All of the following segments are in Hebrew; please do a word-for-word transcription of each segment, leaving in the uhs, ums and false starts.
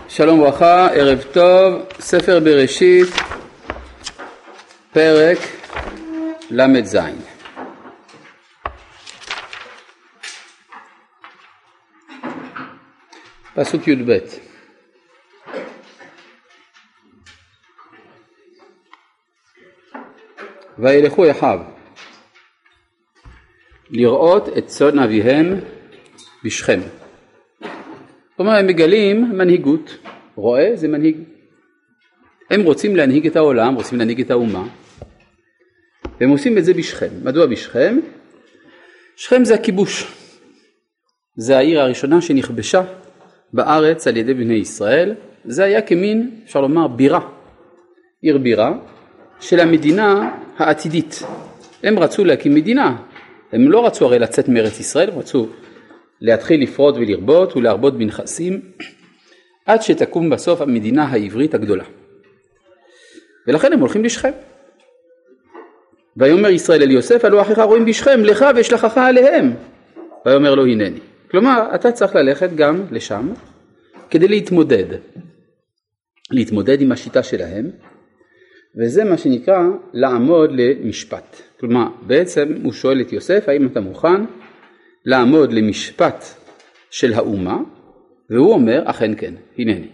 שלום וברכה, ערב טוב, ספר בראשית, פרק למד זין. פסוק י' ב'. וילכו אחיו לראות את צאן אביהם בשכם. כלומר, הם מגלים מנהיגות. רואה זה מנהיג. הם רוצים להנהיג את העולם, רוצים להנהיג את האומה. והם עושים את זה בשכם. מדוע בשכם? שכם זה הכיבוש. זה העיר הראשונה שנכבשה בארץ על ידי בני ישראל. זה היה כמין, אפשר לומר, בירה. עיר בירה של המדינה העתידית. הם רצו להקים מדינה. הם לא רצו הרי לצאת מארץ ישראל, הם רצו להתחיל לפרוד ולרבות ולהרבות בנכסים עד שתקום בסוף המדינה העברית הגדולה. ולכן הם הולכים לשכם. ויאמר ישראל אל יוסף, הלא אחיך רואים בשכם, לך ואשלחך עליהם. ויאמר לו הנני. כלומר, אתה צריך ללכת גם לשם כדי להתמודד. להתמודד עם השיטה שלהם, וזה מה שנקרא לעמוד למשפט. כלומר, בעצם הוא שואל את יוסף, האם אתה מוכן לעמוד למשפט של האומה, והוא אומר, אכן כן, הנני.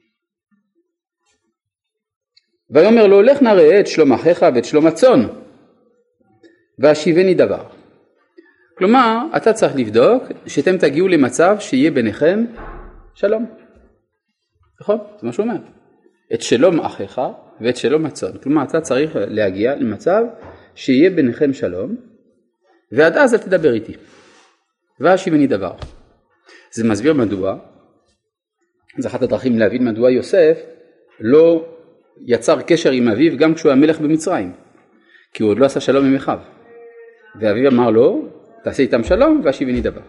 ויאמר לו, לך נא ראה את שלום אחיך ואת שלום הצאן, והשיבני דבר. כלומר, אתה צריך לבדוק שאתם תגיעו למצב שיהיה ביניכם שלום. נכון? זה מה שהוא אומר. את שלום אחיך ואת שלום הצאן. כלומר, אתה צריך להגיע למצב שיהיה ביניכם שלום, ועד אז אל תדבר איתי. והשיבני דבר. זה מסביר מדוע, זה אחת הדרכים להבין מדוע יוסף לא יצר קשר עם אביו גם כשהוא המלך במצרים, כי הוא עוד לא עשה שלום עם אחיו. ואביו אמר לו, תעשה איתם שלום והשיבני דבר.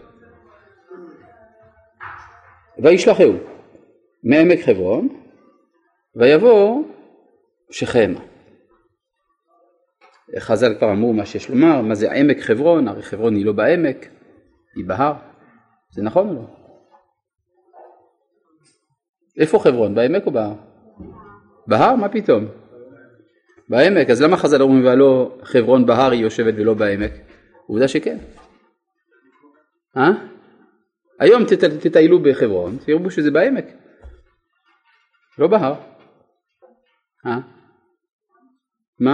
וישלחהו מעמק חברון, ויבוא שכם. חז"ל כבר אמרו מה שיש לומר, מה זה עמק חברון? הרי חברון היא לא בעמק, היא בהר. זה נכון או לא? איפה חברון? בעמק או בהר? בהר? מה פתאום? בעמק. אז למה חז"ל אומרים ולא חברון בהר היא יושבת ולא בעמק? עובדה שכן. אה? היום תטיילו בחברון, תראו שזה בעמק. לא בהר. אה? מה?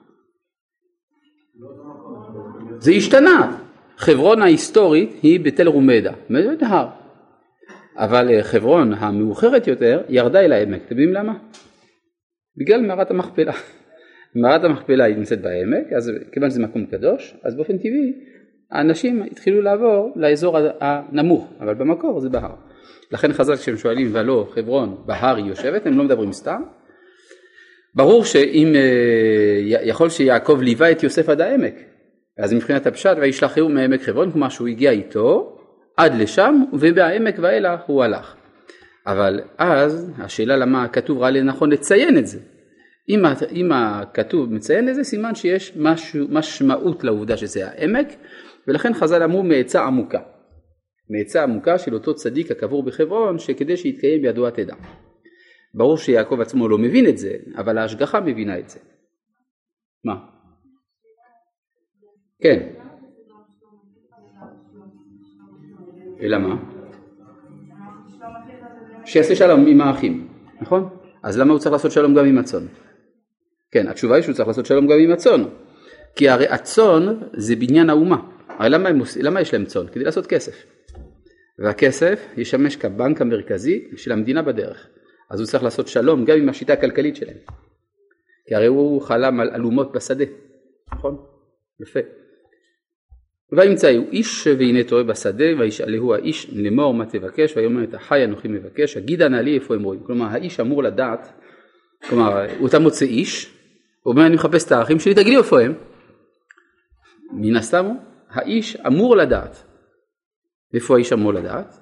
זה השתנה. חברון ההיסטורית היא בתל רומדה, באמת הר. אבל חברון המאוחרת יותר ירדה אל העמק. אתם יודעים למה? בגלל מערת המכפלה. מערת המכפלה היא נמצאת בעמק, אז כיוון שזה מקום קדוש, אז באופן טבעי האנשים התחילו לעבור לאזור הנמוך, אבל במקור זה בהר. לכן חז"ל כשהם שואלים ולא חברון בהר היא יושבת, הם לא מדברים סתם. ברור שאם יכול שיעקב ליווה את יוסף עד העמק, אז מבחינת הפשט וישלחהו מעמק חברון, כמו שהוא הגיע איתו עד לשם, ובעמק ואילך הוא הלך. אבל אז השאלה למה הכתוב ראה לנכון לציין את זה. אם, אם הכתוב מציין את זה, סימן שיש משהו, משמעות לעובדה שזה העמק, ולכן חז"ל אמרו מעצה עמוקה. מעצה עמוקה של אותו צדיק הקבור בחברון, שכדי שיתקיים בידו התדע. ברור שיעקב עצמו לא מבין את זה, אבל ההשגחה מבינה את זה. מה? כן. אלא מה? שיעשה שלום עם האחים, נכון? אז למה הוא צריך לעשות שלום גם עם הצאן? כן, התשובה היא שהוא צריך לעשות שלום גם עם הצאן. כי הרי הצאן זה בניין האומה. הרי למה, למה יש להם צאן? כדי לעשות כסף. והכסף ישמש כבנק המרכזי של המדינה בדרך. אז הוא צריך לעשות שלום גם עם השיטה הכלכלית שלהם. כי הרי הוא חלם על אלומות בשדה. נכון? יפה. וימצאו איש והנה טועה בשדה, וישאלהו האיש לאמור מה תבקש, ויאמר את החי אנוכי מבקש, הגידה נא לי איפה הם רואים. כלומר האיש אמור לדעת, כלומר אתה מוצא איש, הוא אומר אני מחפש את האחים שלי, תגיד לי איפה הם. מן הסתם האיש אמור לדעת. איפה האיש אמור לדעת?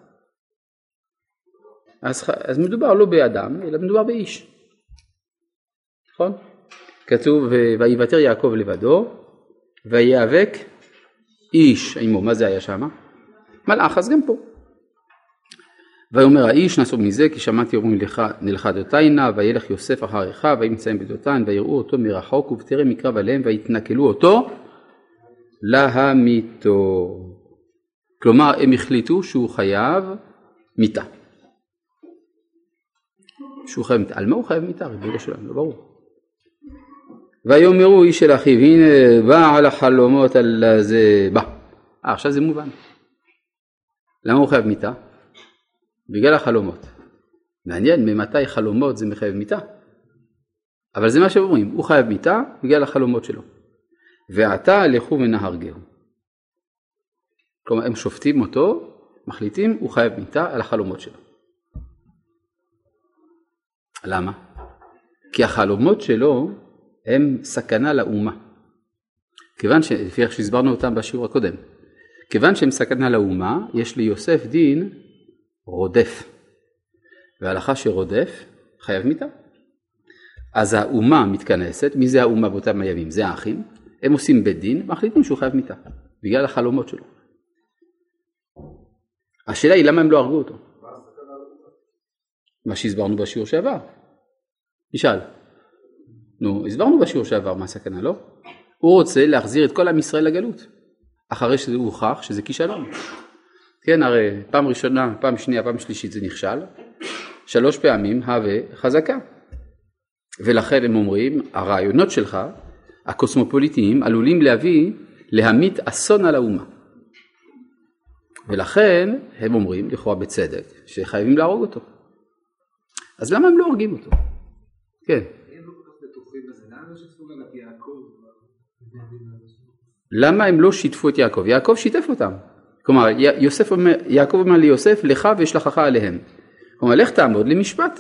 אז, אז מדובר לא באדם, אלא מדובר באיש. נכון? כתוב ויוותר יעקב לבדו, ויאבק איש עמו. מה זה היה שמה? מלאך. אז גם פה ויאמר האיש נסוג מזה כי שמעתי אומרים נלכה דותיינה וילך יוסף אחר אחיו וימצאים בדותן ויראו אותו מרחוק ובטרם יקרב עליהם ויתנכלו אותו להמיתו. כלומר הם החליטו שהוא חייב מיתה. שהוא חייב מיתה. על מה הוא חייב מיתה? ריבונו שלנו, לא ברור. ויאמרו איש אל אחיו הנה בא על החלומות על זה בא. אה עכשיו זה מובן. למה הוא חייב מיתה? בגלל החלומות. מעניין ממתי חלומות זה מחייב מיתה. אבל זה מה שאומרים, הוא חייב מיתה בגלל החלומות שלו. ועתה לכו ונהרגהו. כלומר הם שופטים אותו, מחליטים הוא חייב מיתה על החלומות שלו. למה? כי החלומות שלו הם סכנה לאומה. כיוון שלפי איך שהסברנו אותם בשיעור הקודם. כיוון שהם סכנה לאומה, יש ליוסף דין רודף. וההלכה שרודף חייב מיתה. אז האומה מתכנסת, מי זה האומה באותם הימים? זה האחים. הם עושים בית דין, מחליטים שהוא חייב מיתה. בגלל החלומות שלו. השאלה היא למה הם לא הרגו אותו? מה שהסברנו בשיעור שעבר. נשאל. נו, הסברנו בשיעור שעבר מה הסכנה, לא? הוא רוצה להחזיר את כל עם ישראל לגלות. אחרי שזה הוכח שזה כישלון. כן, הרי פעם ראשונה, פעם שנייה, פעם שלישית זה נכשל. שלוש פעמים הווה חזקה. ולכן הם אומרים, הרעיונות שלך, הקוסמופוליטיים, עלולים להביא, להמית אסון על האומה. ולכן הם אומרים, לכאורה בצדק, שחייבים להרוג אותו. אז למה הם לא הורגים אותו? כן. למה הם לא שיתפו את יעקב? יעקב שיתף אותם. כלומר, יוסף אומר, יעקב אומר ליוסף, לך וישלחך עליהם. כלומר, לך תעמוד למשפט.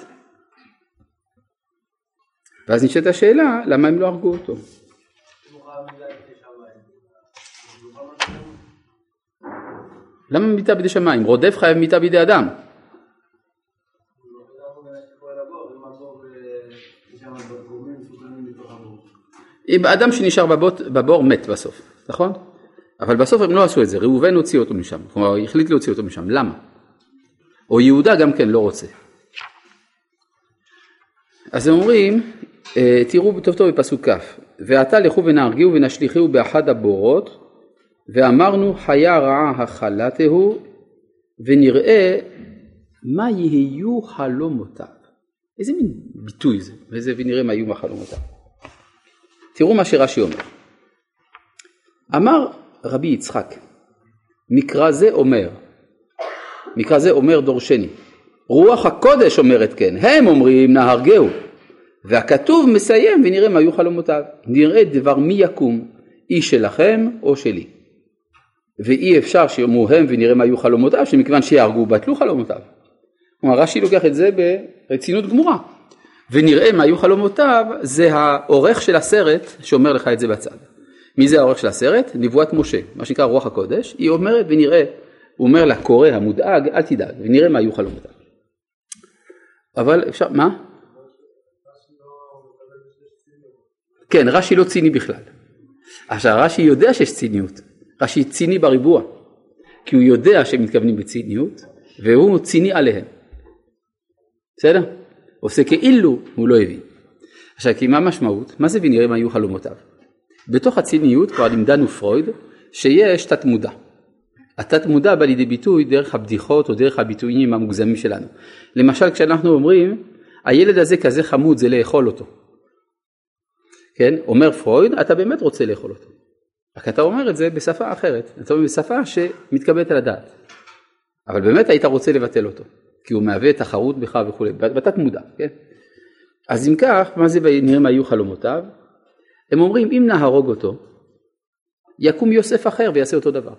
ואז נשאלת השאלה, למה הם לא הרגו אותו? למה מיתה בידי שמיים? רודף חייב מיתה בידי אדם. אם אדם שנשאר בבוט, בבור מת בסוף, נכון? אבל בסוף הם לא עשו את זה, ראובן הוציא אותו משם, כלומר החליט להוציא אותו משם, למה? או יהודה גם כן לא רוצה. אז הם אומרים, תראו טוב טוב בפסוק כף, ועתה לכו ונהרגהו ונשליכהו באחד הבורות, ואמרנו חיה רעה החלתהו, ונראה מה יהיו חלומותיו. איזה מין ביטוי זה, וזה ונראה מה יהיו חלומותיו. תראו מה שרש"י אומר. אמר רבי יצחק, מקרא זה אומר, מקרא זה אומר דורשני, רוח הקודש אומרת כן, הם אומרים נהרגהו, והכתוב מסיים ונראה מה יהיו חלומותיו, נראה דבר מי יקום, איש שלכם או שלי. ואי אפשר שיאמרו הם ונראה מה יהיו חלומותיו, שמכיוון שיהרגו בטלו חלומותיו. כלומר רש"י לוקח את זה ברצינות גמורה. ונראה מה היו חלומותיו, זה העורך של הסרט שאומר לך את זה בצד. מי זה העורך של הסרט? נבואת משה, מה שנקרא רוח הקודש. היא אומרת ונראה, הוא אומר לקורא המודאג, אל תדאג, ונראה מה היו חלומותיו. אבל אפשר, מה? כן, רש"י לא ציני בכלל. עכשיו רש"י יודע שיש ציניות, רש"י ציני בריבוע, כי הוא יודע שהם מתכוונים בציניות, והוא ציני עליהם. בסדר? עושה כאילו הוא לא הבין. עכשיו, כי מה המשמעות? מה זה ונראה מה היו חלומותיו? בתוך הציניות כבר לימדנו פרויד שיש תת מודע. התת מודע בא לידי ביטוי דרך הבדיחות או דרך הביטויים המוגזמים שלנו. למשל, כשאנחנו אומרים, הילד הזה כזה חמוד, זה לאכול אותו. כן? אומר פרויד, אתה באמת רוצה לאכול אותו. רק אתה אומר את זה בשפה אחרת. אתה אומר בשפה שמתקבלת על הדעת. אבל באמת היית רוצה לבטל אותו. כי הוא מהווה תחרות בך וכו', בתת מודע, כן? אז אם כך, מה זה נראה מה היו חלומותיו? הם אומרים, אם נהרוג אותו, יקום יוסף אחר ויעשה אותו דבר.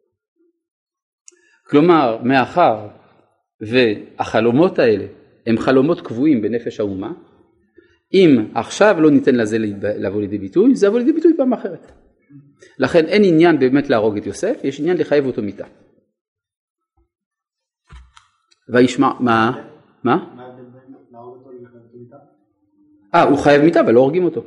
כלומר, מאחר והחלומות האלה הם חלומות קבועים בנפש האומה, אם עכשיו לא ניתן לזה לבוא לידי ביטוי, זה יבוא לידי ביטוי פעם אחרת. לכן אין עניין באמת להרוג את יוסף, יש עניין לחייב אותו מיתה. וישמע, מה? מה? אה, הוא חייב מיתה, אבל לא הורגים אותו.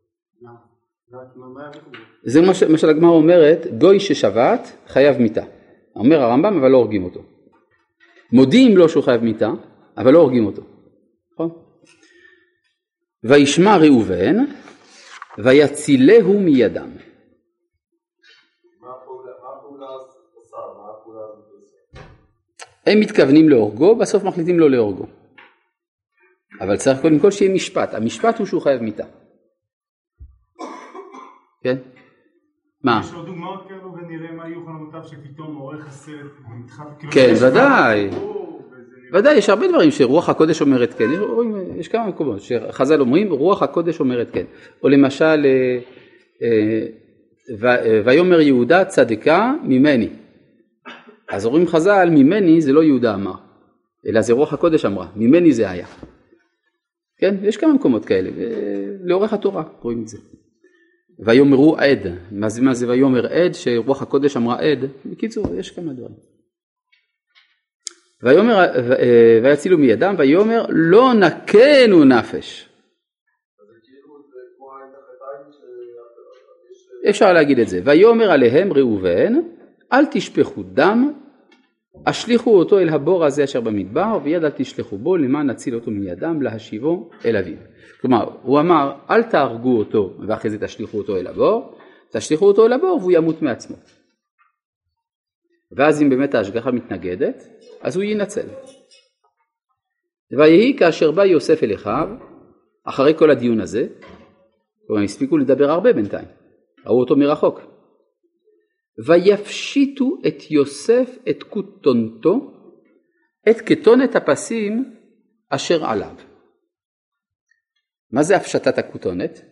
זה מה שהגמרא אומרת, גוי ששבת חייב מיתה. אומר הרמב"ם, אבל לא הורגים אותו. מודיעים לו שהוא חייב מיתה, אבל לא הורגים אותו. נכון? וישמע ראובן, ויצילהו מידם. הם מתכוונים להורגו, בסוף מחליטים לא להורגו. אבל צריך קודם כל שיהיה משפט. המשפט הוא שהוא חייב מיתה. כן? מה? יש עוד דוגמאות כאלו ונראה מה יהיו חלומותיו שפתאום עורך הסרט ונדחף כאילו... כן, ודאי. ודאי, יש הרבה דברים שרוח הקודש אומרת כן. יש כמה מקומות שחז"ל אומרים, רוח הקודש אומרת כן. או למשל, ויאמר יהודה צדקה ממני. אז אומרים חז"ל, ממני זה לא יהודה אמר, אלא זה רוח הקודש אמרה, ממני זה היה. כן, יש כמה מקומות כאלה, לאורך התורה רואים את זה. ויאמרו עד, מה זה, מה זה ויאמר עד, שרוח הקודש אמרה עד, בקיצור, יש כמה דברים. ויאמר, ויצילו מידם, ויאמר לא נקנו נפש. אפשר להגיד את זה, ויאמר עליהם ראובן, אל תשפכו דם, השליחו אותו אל הבור הזה אשר במדבר, ויד אל תשלחו בו, למען נציל אותו מידם, להשיבו אל אביו. כלומר, הוא אמר, אל תהרגו אותו, ואחרי זה תשליחו אותו אל הבור, תשליחו אותו אל הבור, והוא ימות מעצמו. ואז אם באמת ההשגחה מתנגדת, אז הוא ינצל. ויהי כאשר בא יוסף אל אחיו, אחרי כל הדיון הזה, הם הספיקו לדבר הרבה בינתיים, ראו אותו מרחוק. ויפשיטו את יוסף את כותונתו, את כתונת הפסים אשר עליו. מה זה הפשטת הכותונת?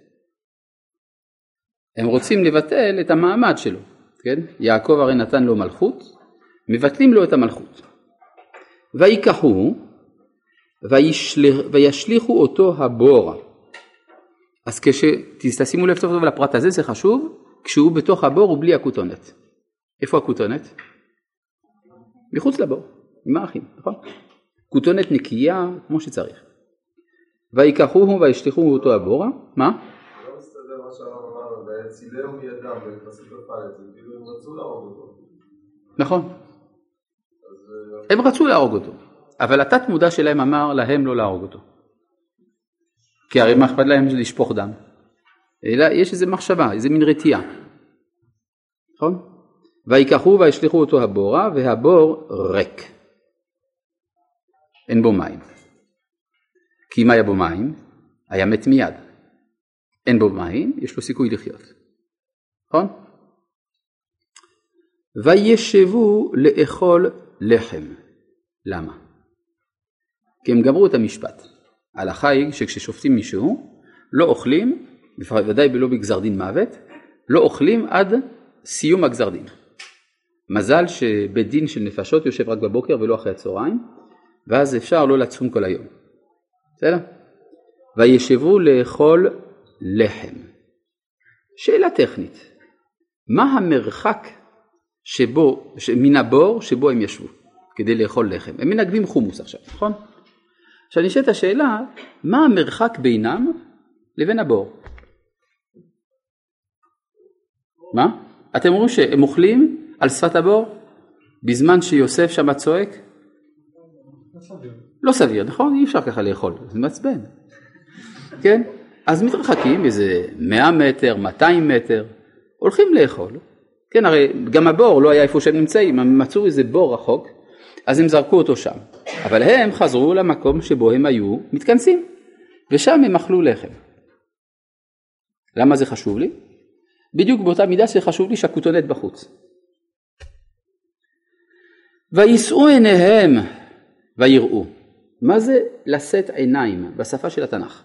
הם רוצים לבטל את המעמד שלו, כן? יעקב הרי נתן לו מלכות, מבטלים לו את המלכות. ויקחו, וישליח, וישליחו אותו הבור. אז כשתשימו לב טוב טוב לפרט הזה, זה חשוב, כשהוא בתוך הבור הוא בלי הכותונת. איפה הכותונת? מחוץ לבור, עם האחים, נכון? כותונת נקייה כמו שצריך. ויקחוהו וישליחוהו אותו הבורה, מה? לא מסתדר מה שהרב אמר, ויצילהו מידם, ונכנסים לפלט, כאילו הם רצו להרוג אותו. נכון. הם רצו להרוג אותו, אבל התת מודע שלהם אמר להם לא להרוג אותו. כי הרי מה אכפת להם לשפוך דם? אלא יש איזו מחשבה, איזו מין רתיעה. נכון? ויקחו וישליחו אותו הבורה, והבור ריק. אין בו מים. כי אם היה בו מים, היה מת מיד. אין בו מים, יש לו סיכוי לחיות. נכון? וישבו לאכול לחם. למה? כי הם גמרו את המשפט. ההלכה היא שכששופטים מישהו, לא אוכלים, בוודאי בלא בגזר דין מוות, לא אוכלים עד סיום הגזר דין. מזל שבית דין של נפשות יושב רק בבוקר ולא אחרי הצהריים, ואז אפשר לא לצום כל היום. בסדר? וישבו לאכול לחם. שאלה טכנית. מה המרחק שבו, מן הבור שבו הם ישבו כדי לאכול לחם? הם מנגבים חומוס עכשיו, נכון? עכשיו נשאלת השאלה, מה המרחק בינם לבין הבור? מה? אתם אומרים שהם אוכלים על שפת הבור בזמן שיוסף שם צועק? לא סביר. לא סביר, נכון? אי אפשר ככה לאכול, זה מעצבן. כן? אז מתרחקים איזה מאה מטר, מאתיים מטר, הולכים לאכול. כן, הרי גם הבור לא היה איפה שהם נמצאים, הם מצאו איזה בור רחוק, אז הם זרקו אותו שם. אבל הם חזרו למקום שבו הם היו מתכנסים, ושם הם אכלו לחם. למה זה חשוב לי? בדיוק באותה מידה שחשוב לי שהכותונת בחוץ. וישאו עיניהם ויראו. מה זה לשאת עיניים בשפה של התנ"ך?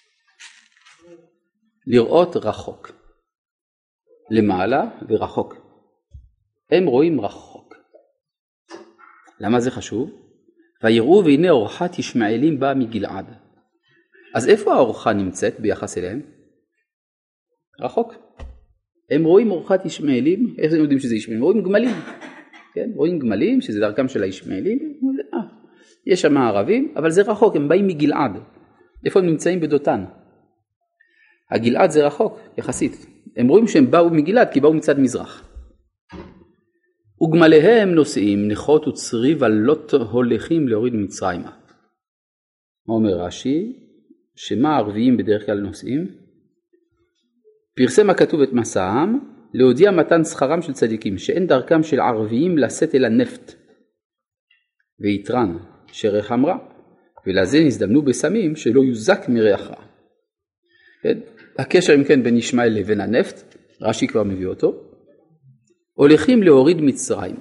לראות רחוק. למעלה ורחוק. הם רואים רחוק. למה זה חשוב? ויראו והנה אורחת ישמעאלים באה מגלעד. אז איפה האורחה נמצאת ביחס אליהם? רחוק. הם רואים אורחת ישמעאלים, איך הם יודעים שזה ישמעאלים? רואים גמלים. כן? רואים גמלים, שזה דרכם של הישמעאלים. אה, יש שם ערבים, אבל זה רחוק, הם באים מגלעד. איפה הם נמצאים? בדותן. הגלעד זה רחוק, יחסית. הם רואים שהם באו מגלעד כי באו מצד מזרח. וגמליהם נוסעים נכות וצריב עלות הולכים להוריד מצרימה. מה אומר רש"י? שמה הערביים בדרך כלל נוסעים? פרסם הכתוב את מסעם להודיע מתן שכרם של צדיקים, שאין דרכם של ערביים לשאת אל הנפט ויתרן שריח אמרה, ולזה נזדמנו בסמים שלא יוזק מריח רע. כן? הקשר אם כן בין ישמעאל לבין הנפט, רש"י כבר מביא אותו, הולכים להוריד מצרים.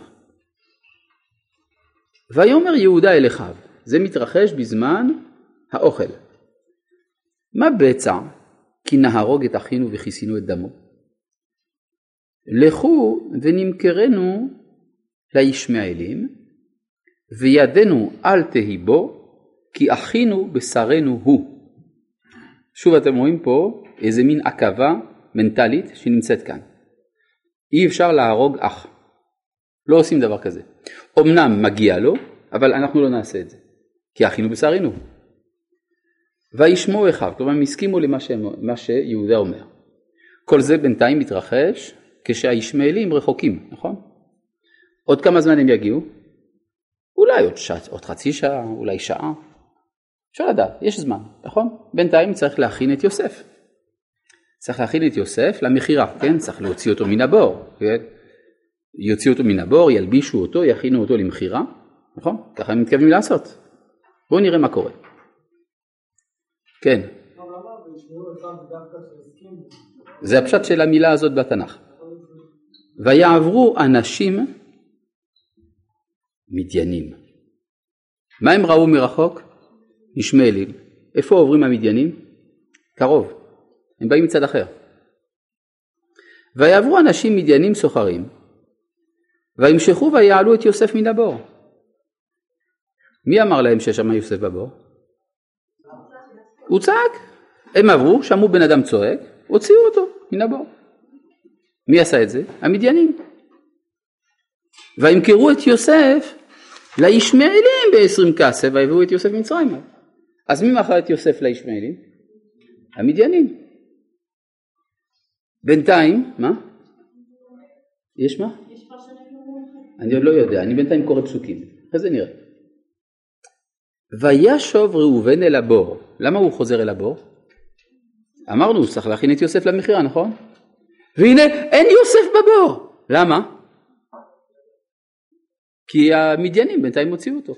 ויאמר יהודה אל אחיו, זה מתרחש בזמן האוכל. מה בצע? כי נהרוג את אחינו וכיסינו את דמו. לכו ונמכרנו לישמעאלים, וידנו אל תהי בו, כי אחינו בשרנו הוא. שוב אתם רואים פה איזה מין עכבה מנטלית שנמצאת כאן. אי אפשר להרוג אח. לא עושים דבר כזה. אמנם מגיע לו, אבל אנחנו לא נעשה את זה. כי אחינו בשרנו. וישמעו אחיו, כלומר הם הסכימו למה ש... מה שיהודה אומר. כל זה בינתיים מתרחש כשהישמעאלים רחוקים, נכון? עוד כמה זמן הם יגיעו? אולי עוד, שע... עוד חצי שעה, אולי שעה. אפשר לדעת, יש זמן, נכון? בינתיים צריך להכין את יוסף. צריך להכין את יוסף למחירה, כן? צריך להוציא אותו מן הבור, כן? יוציאו אותו מן הבור, ילבישו אותו, יכינו אותו למחירה, נכון? ככה הם מתכוונים לעשות. בואו נראה מה קורה. כן. זה הפשט של המילה הזאת בתנ"ך. ויעברו אנשים מדיינים. מה הם ראו מרחוק? ישמעאלים. איפה עוברים המדיינים? קרוב. הם באים מצד אחר. ויעברו אנשים מדיינים סוחרים, וימשכו ויעלו את יוסף מן הבור. מי אמר להם ששמע יוסף בבור? הוא צעק. הם עברו, שמעו בן אדם צועק, הוציאו אותו מן הבור. מי עשה את זה? המדיינים. וימכרו את יוסף לישמעאלים בעשרים כסף, ויביאו את יוסף מצרימה. אז מי מכר את יוסף לישמעאלים? המדיינים. בינתיים, מה? יש מה? אני עוד לא יודע, אני בינתיים קורא פסוקים. אחרי זה נראה. וישוב ראובן אל הבור. למה הוא חוזר אל הבור? אמרנו, הוא צריך להכין את יוסף למחירה, נכון? והנה, אין יוסף בבור. למה? כי המדיינים בינתיים הוציאו אותו.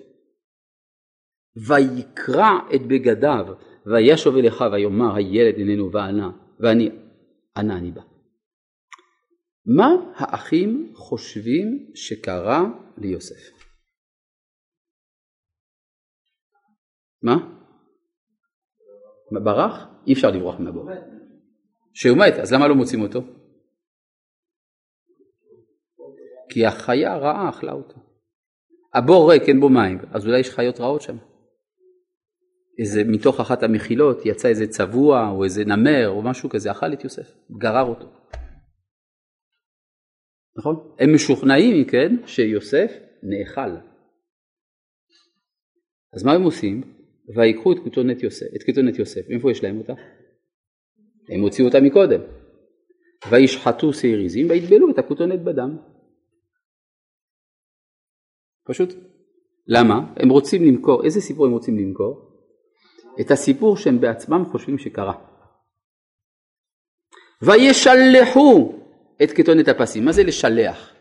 ויקרע את בגדיו, וישוב אל אחיו, ויאמר הילד איננו וענה, ואני, ענה אני בא. מה האחים חושבים שקרה ליוסף? מה? ברח? אי אפשר לברוח מהבור. שהוא מת, אז למה לא מוצאים אותו? כי החיה רעה אכלה אותו. הבור ריק, אין בו מים, אז אולי יש חיות רעות שם. איזה, מתוך אחת המחילות יצא איזה צבוע או איזה נמר או משהו כזה, אכל את יוסף, גרר אותו. נכון? הם משוכנעים, כן, שיוסף נאכל. אז מה הם עושים? ויקחו את כתונת יוסף, את כתונת יוסף. איפה יש להם אותה? הם הוציאו אותה מקודם. וישחטו שעיריזים ויטבלו את הכתונת בדם. פשוט. למה? הם רוצים למכור, איזה סיפור הם רוצים למכור? את הסיפור שהם בעצמם חושבים שקרה. וישלחו את כתונת הפסים. מה זה לשלח?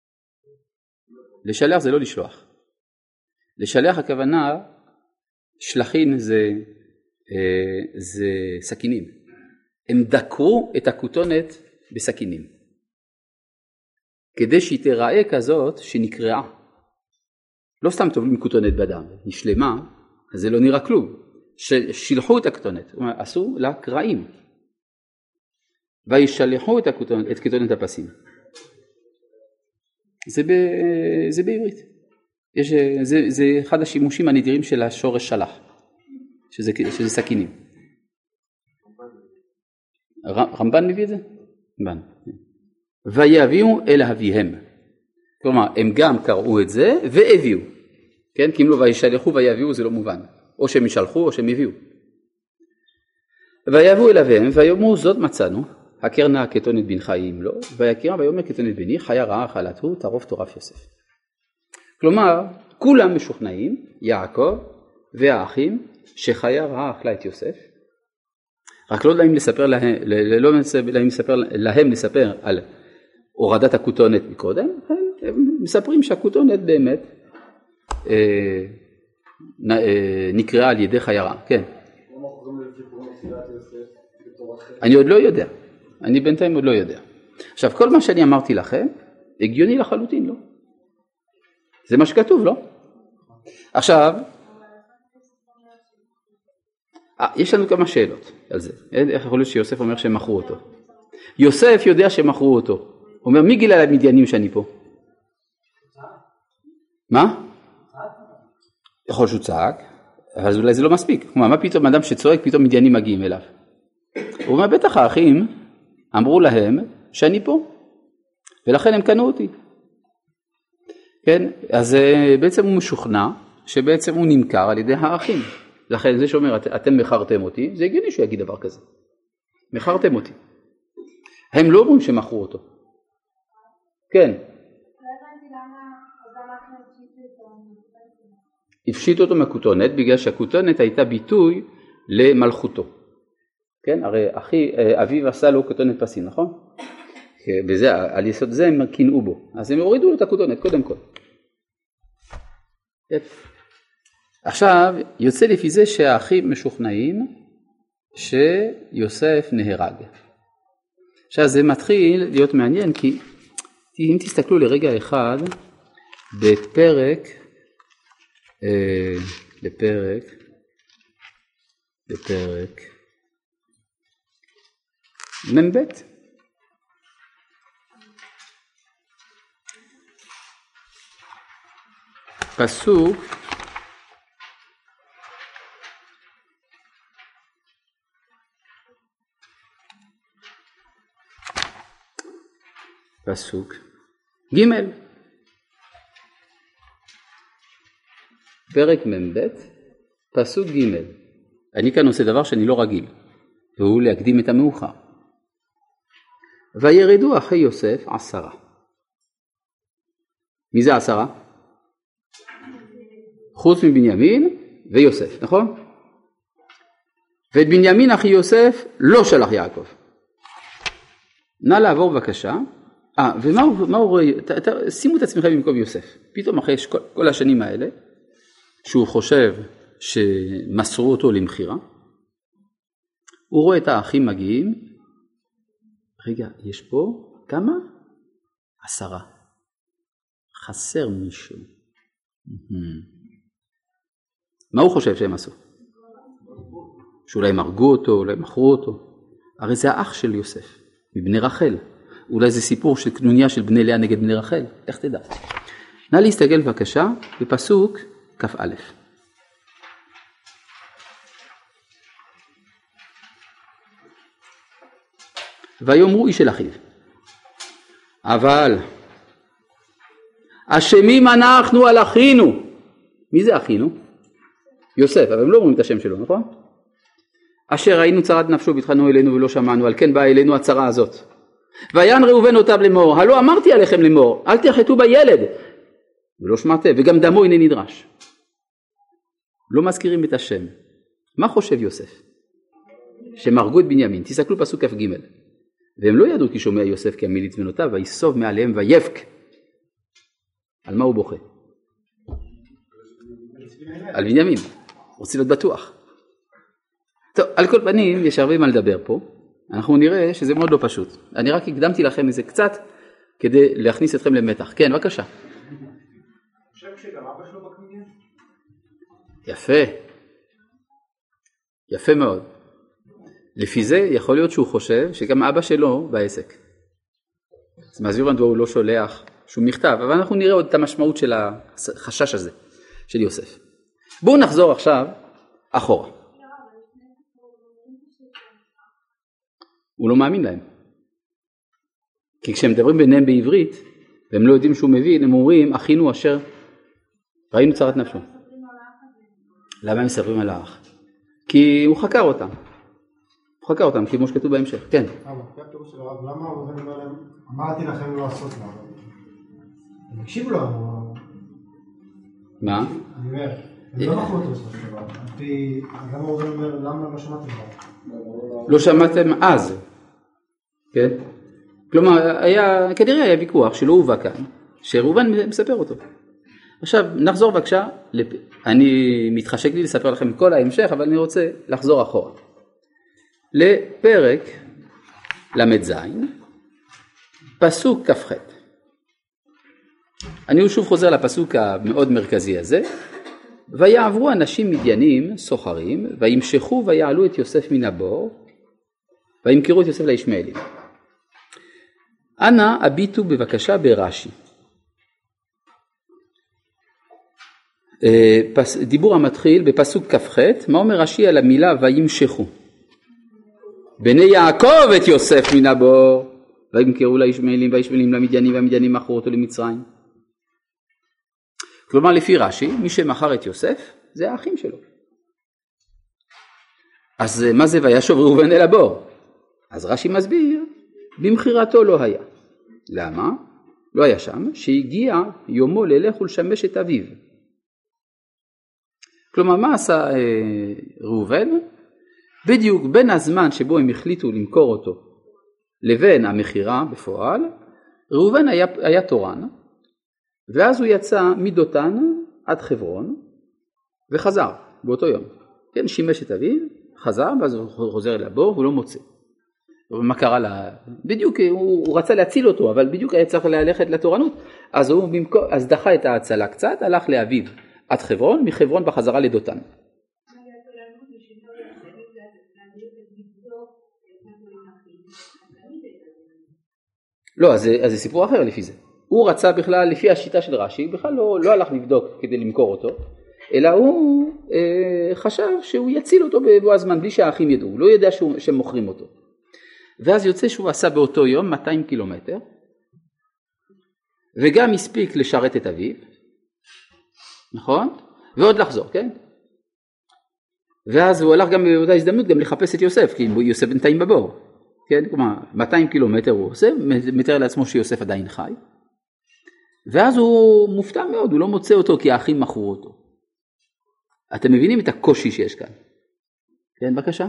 לשלח זה לא לשלוח. לשלח הכוונה, שלחין זה, זה סכינים. הם דקרו את הכתונת בסכינים. כדי שהיא תראה כזאת שנקראה. לא סתם טובלים כתונת בדם, היא שלמה, אז זה לא נראה כלום. שילחו את הכתונת, עשו לה קרעים. וישלחו את הכתונת, את כתונת הפסים. זה, ב, זה בעברית. יש, זה, זה אחד השימושים הנדירים של השורש שלח, שזה, שזה סכינים. רמב"ן מביא את זה? רמב"ן. ויביאו אל אביהם. כלומר, הם גם קראו את זה והביאו. כן? כי אם לא וישלחו ויביאו זה לא מובן. או שהם ישלחו או שהם הביאו. ויבואו אל אביהם ויאמרו זאת מצאנו, הכר נא כתונת בנך אם לא, ויקרא ויאמר כתונת בני, חיה רעה אכלת הוא, טרוף טורף יוסף. כלומר, כולם משוכנעים, יעקב והאחים, שחיה רעה אכלה את יוסף, רק לא להם לספר להם, לא להם לספר, להם לספר על הורדת הכותונת מקודם, הם מספרים שהכותונת באמת אה, אה, נקראה על ידי חיה רעה, כן. אני עוד לא יודע, אני בינתיים עוד לא יודע. עכשיו, כל מה שאני אמרתי לכם, הגיוני לחלוטין, לא? זה מה שכתוב, לא? עכשיו, 아, יש לנו כמה שאלות על זה. איך יכול להיות שיוסף אומר שהם מכרו אותו? יוסף יודע שהם מכרו אותו. הוא אומר, מי גילה למדיינים שאני פה? מה? יכול שהוא צעק, אבל אולי זה לא מספיק. כלומר, מה פתאום אדם שצועק, פתאום מדיינים מגיעים אליו? הוא אומר, בטח האחים אמרו להם שאני פה, ולכן הם קנו אותי. כן? אז בעצם הוא משוכנע שבעצם הוא נמכר על ידי האחים. לכן זה שאומר, את, אתם מכרתם אותי, זה הגיוני שהוא יגיד דבר כזה. מכרתם אותי. הם לא אומרים שמכרו אותו. כן. הפשיט אותו מהכותונת, בגלל שהכותונת הייתה ביטוי למלכותו. כן? הרי אחי, אביו עשה לו כותונת פסים, נכון? וזה, על יסוד זה הם קינאו בו. אז הם הורידו לו את הכותונת, קודם כל. כן. עכשיו יוצא לפי זה שהאחים משוכנעים שיוסף נהרג. עכשיו זה מתחיל להיות מעניין כי אם תסתכלו לרגע אחד בפרק אה, בפרק בפרק ממבט פסוק פסוק ג' פרק ממבט פסוק ג'. אני כאן עושה דבר שאני לא רגיל, והוא להקדים את המאוחר. וירדו אחי יוסף עשרה. מי זה עשרה? חוץ מבנימין ויוסף, נכון? ואת בנימין אחי יוסף לא שלח יעקב. נא לעבור בבקשה. אה, ומה הוא, מה הוא רואה? ת, ת, שימו את עצמכם במקום יוסף. פתאום אחרי כל, כל השנים האלה, שהוא חושב שמסרו אותו למחירה, הוא רואה את האחים מגיעים, רגע, יש פה כמה? עשרה. חסר מישהו. מה הוא חושב שהם עשו? שאולי הם הרגו אותו, אולי מכרו אותו. הרי זה האח של יוסף, מבני רחל. אולי זה סיפור של קנוניה של בני לאה נגד בני רחל. איך תדע? נא להסתכל בבקשה בפסוק כ"א. ויאמרו איש אל אחיו, אבל אשמים אנחנו על אחינו. מי זה אחינו? יוסף, אבל הם לא אומרים את השם שלו, נכון? אשר ראינו צרת נפשו והתחנו אלינו ולא שמענו, על כן באה אלינו הצרה הזאת. ויען ראובן אותם לאמור, הלא אמרתי עליכם לאמור, אל תחטאו בילד, ולא שמעתם, וגם דמו הנה נדרש. לא מזכירים את השם. מה חושב יוסף? שהם הרגו את בנימין. תסתכלו פסוק כ"ג. והם לא ידעו כי שומע יוסף כי המליץ בנותיו, ויסוב מעליהם ויבק. על מה הוא בוכה? על בנימין. רוצים להיות בטוח. טוב, על כל פנים יש הרבה מה לדבר פה. אנחנו נראה שזה מאוד לא פשוט. אני רק הקדמתי לכם איזה קצת כדי להכניס אתכם למתח. כן, בבקשה. אני חושב שגם אבא שלו בקנוניה? יפה. יפה מאוד. לפי זה יכול להיות שהוא חושב שגם אבא שלו בעסק. אז מסביר לנו הוא לא שולח שום מכתב, אבל אנחנו נראה עוד את המשמעות של החשש הזה, של יוסף. בואו נחזור עכשיו אחורה. הוא לא מאמין להם. כי כשהם מדברים ביניהם בעברית, והם לא יודעים שהוא מבין, הם אומרים, אחינו אשר ראינו צרת נפשו. למה הם מספרים על האח? כי הוא חקר אותם. חקר אותם כמו שכתוב בהמשך, כן. אבל זה הפירוש של הרב, למה ראובן אומר להם, אמרתי לכם לא לעשות מה? הם הקשיבו לו, מה? אני אומר, הם לא מכרו אותו בסופו של דבר. למה ראובן אומר, למה לא שמעתם כבר? לא שמעתם אז, כן? כלומר, היה, כנראה היה ויכוח שלא הובא כאן, שראובן מספר אותו. עכשיו, נחזור בבקשה, אני מתחשק לי לספר לכם את כל ההמשך, אבל אני רוצה לחזור אחורה. לפרק למד זין, פסוק כ"ח. אני שוב חוזר לפסוק המאוד מרכזי הזה. ויעברו אנשים מדיינים סוחרים, וימשכו ויעלו את יוסף מן הבור, וימכרו את יוסף לישמעאלים. אנא הביטו בבקשה ברש"י. דיבור המתחיל בפסוק כ"ח, מה אומר רש"י על המילה וימשכו? בני יעקב את יוסף מן הבור, וימכרו לישמעאלים, והישמעאלים למדיינים, והמדיינים מכרו אותו למצרים. כלומר לפי רש"י, מי שמכר את יוסף זה האחים שלו. אז מה זה וישוב ראובן אל הבור? אז רש"י מסביר, במכירתו לא היה. למה? לא היה שם, שהגיע יומו ללך ולשמש את אביו. כלומר מה עשה אה, ראובן? בדיוק בין הזמן שבו הם החליטו למכור אותו לבין המכירה בפועל, ראובן היה, היה תורן, ואז הוא יצא מדותן עד חברון וחזר באותו יום. כן, שימש את אביו, חזר ואז הוא חוזר אל הבור, הוא לא מוצא. ומה קרה לה? בדיוק הוא, הוא רצה להציל אותו, אבל בדיוק היה צריך ללכת לתורנות, אז הוא במקום, אז דחה את ההצלה קצת, הלך לאביו עד חברון, מחברון בחזרה לדותן. לא, אז זה, אז זה סיפור אחר לפי זה. הוא רצה בכלל, לפי השיטה של רש"י, בכלל לא, לא הלך לבדוק כדי למכור אותו, אלא הוא אה, חשב שהוא יציל אותו בבוא הזמן, בלי שהאחים ידעו, הוא לא ידע שהוא, שהם מוכרים אותו. ואז יוצא שהוא עשה באותו יום מאתיים קילומטר, וגם הספיק לשרת את אביו, נכון? ועוד לחזור, כן? ואז הוא הלך גם באותה הזדמנות גם לחפש את יוסף, כי יוסף בינתיים בבור. כן, כלומר, מאתיים קילומטר הוא עושה, מתאר לעצמו שיוסף עדיין חי, ואז הוא מופתע מאוד, הוא לא מוצא אותו כי האחים מכרו אותו. אתם מבינים את הקושי שיש כאן? כן, בבקשה?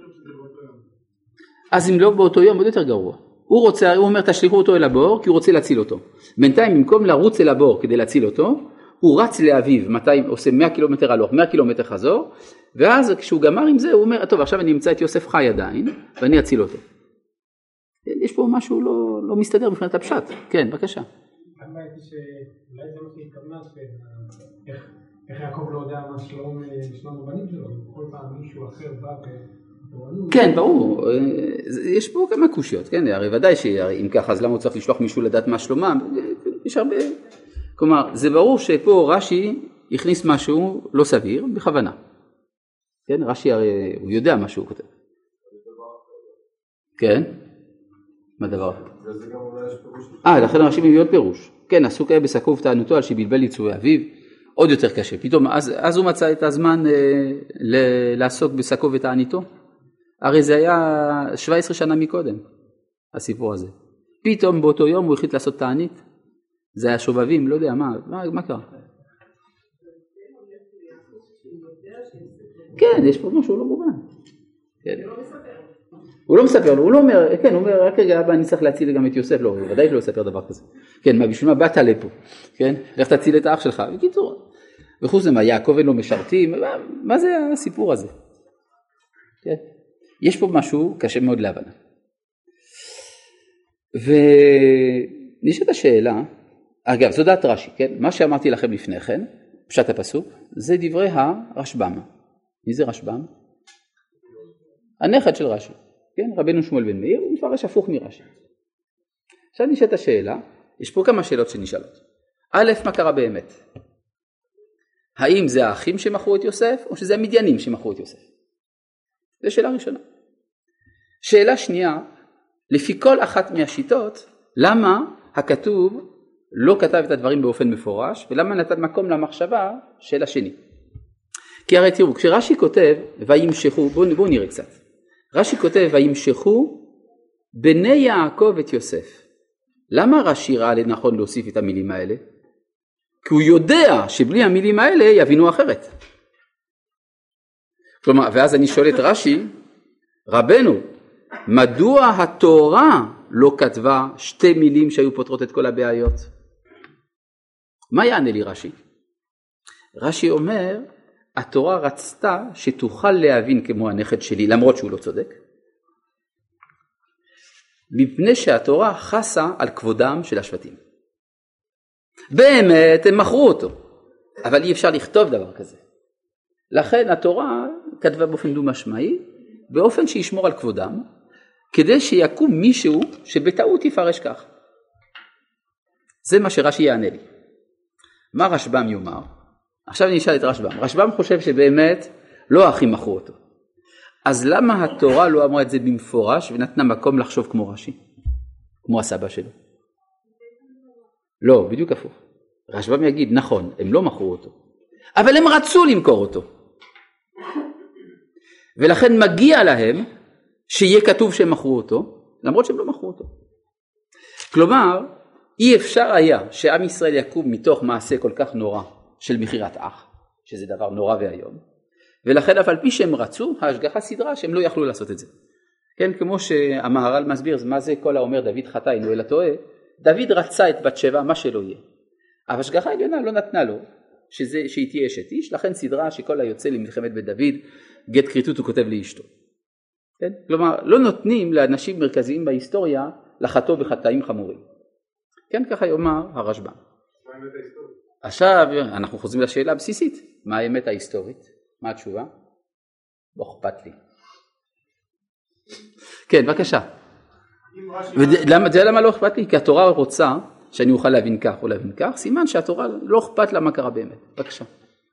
אז אם לא באותו יום, עוד יותר גרוע. הוא רוצה, הוא אומר, תשליחו אותו אל הבור, כי הוא רוצה להציל אותו. בינתיים, במקום לרוץ אל הבור כדי להציל אותו, הוא רץ לאביו, מאתיים, עושה מאה קילומטר הלוך, מאה קילומטר חזור, ואז כשהוא גמר עם זה, הוא אומר, טוב, עכשיו אני אמצא את יוסף חי עדיין, ואני אציל אותו. יש פה משהו לא, לא מסתדר מבחינת הפשט. כן, בבקשה. גם ראיתי שאולי זה לא שהתכוונה, איך יעקב לא יודע מה שלום הבנים שלו, כל פעם מישהו אחר בא ותורנות. כן, ברור. יש פה כמה קושיות, כן? הרי ודאי שאם ככה, אז למה הוא צריך לשלוח מישהו לדעת מה שלומם? יש הרבה... כלומר, זה ברור שפה רש"י הכניס משהו לא סביר, בכוונה. כן? רש"י הרי הוא יודע מה שהוא כותב. כן? מה דבר? אה, לכן רש"י מביא עוד פירוש. כן, עסוק היה בשקו ובטענותו על שבלבל יצורי אביו, עוד יותר קשה. פתאום, אז, אז הוא מצא את הזמן אה, ל- לעסוק בשקו ובטעניתו. הרי זה היה שבע עשרה שנה מקודם, הסיפור הזה. פתאום באותו יום הוא החליט לעשות תענית. זה היה שובבים, לא יודע, מה, מה, מה קרה? כן, יש פה משהו לא מובן. כן. הוא לא מספר לו, הוא לא אומר, כן, הוא אומר, רק רגע הבא אני צריך להציל גם את יוסף, לא, הוא ודאי לא יספר דבר כזה. כן, מה, בשביל מה באת לפה? כן, לך תציל את האח שלך, בקיצור. וחוץ למה, יעקב אין לו משרתים, מה, מה זה הסיפור הזה? כן, יש פה משהו קשה מאוד להבנה. ונשאלת השאלה, אגב, זו דעת רש"י, כן, מה שאמרתי לכם לפני כן, פשט הפסוק, זה דברי הרשב"ם. מי זה רשב"ם? הנכד של רש"י. כן, רבנו שמואל בן מאיר, הוא מפרש הפוך מרש"י. עכשיו נשאלת השאלה, יש פה כמה שאלות שנשאלות. א', מה קרה באמת? האם זה האחים שמכרו את יוסף, או שזה המדיינים שמכרו את יוסף? זו שאלה ראשונה. שאלה שנייה, לפי כל אחת מהשיטות, למה הכתוב לא כתב את הדברים באופן מפורש, ולמה נתן מקום למחשבה של השני? כי הרי תראו, כשרש"י כותב, וימשכו, בואו בוא נראה קצת. רש"י כותב, וימשכו בני יעקב את יוסף. למה רש"י ראה לנכון להוסיף את המילים האלה? כי הוא יודע שבלי המילים האלה יבינו אחרת. כלומר, ואז אני שואל את רש"י, רבנו, מדוע התורה לא כתבה שתי מילים שהיו פותרות את כל הבעיות? מה יענה לי רש"י? רש"י אומר, התורה רצתה שתוכל להבין כמו הנכד שלי, למרות שהוא לא צודק, מפני שהתורה חסה על כבודם של השבטים. באמת הם מכרו אותו, אבל אי אפשר לכתוב דבר כזה. לכן התורה כתבה באופן דו משמעי, באופן שישמור על כבודם, כדי שיקום מישהו שבטעות יפרש כך. זה מה שרש"י יענה לי. מה רשב"ם יאמר? עכשיו אני אשאל את רשב"ם. רשב"ם חושב שבאמת לא האחים מכרו אותו. אז למה התורה לא אמרה את זה במפורש ונתנה מקום לחשוב כמו רש"י? כמו הסבא שלו? לא, בדיוק הפוך. רשב"ם יגיד, נכון, הם לא מכרו אותו. אבל הם רצו למכור אותו. ולכן מגיע להם שיהיה כתוב שהם מכרו אותו, למרות שהם לא מכרו אותו. כלומר, אי אפשר היה שעם ישראל יקום מתוך מעשה כל כך נורא של מחירת אח, שזה דבר נורא והיום. ולכן אף על פי שהם רצו, ההשגחה סדרה שהם לא יכלו לעשות את זה. כן, כמו שהמהר"ל מסביר, מה זה כל האומר דוד חטא אינו אלא טועה, דוד רצה את בת שבע, מה שלא יהיה. אבל השגחה העליונה לא נתנה לו, שזה, שהיא תהיה אשת איש, לכן סדרה שכל היוצא למלחמת בית דוד, גט כריתות הוא כותב לאשתו. כן? כלומר, לא נותנים לאנשים מרכזיים בהיסטוריה לחטוא בחטאים חמורים. כן, ככה יאמר הרשב"ם. מה האמת ההיסטורית? עכשיו אנחנו חוזרים לשאלה הבסיסית, מה האמת ההיסטורית? מה התשובה? לא אכפת לי. כן, בבקשה. ולמה, זה למה לא אכפת לי? כי התורה רוצה שאני אוכל להבין כך או להבין כך, סימן שהתורה לא אכפת לה מה קרה באמת. בבקשה.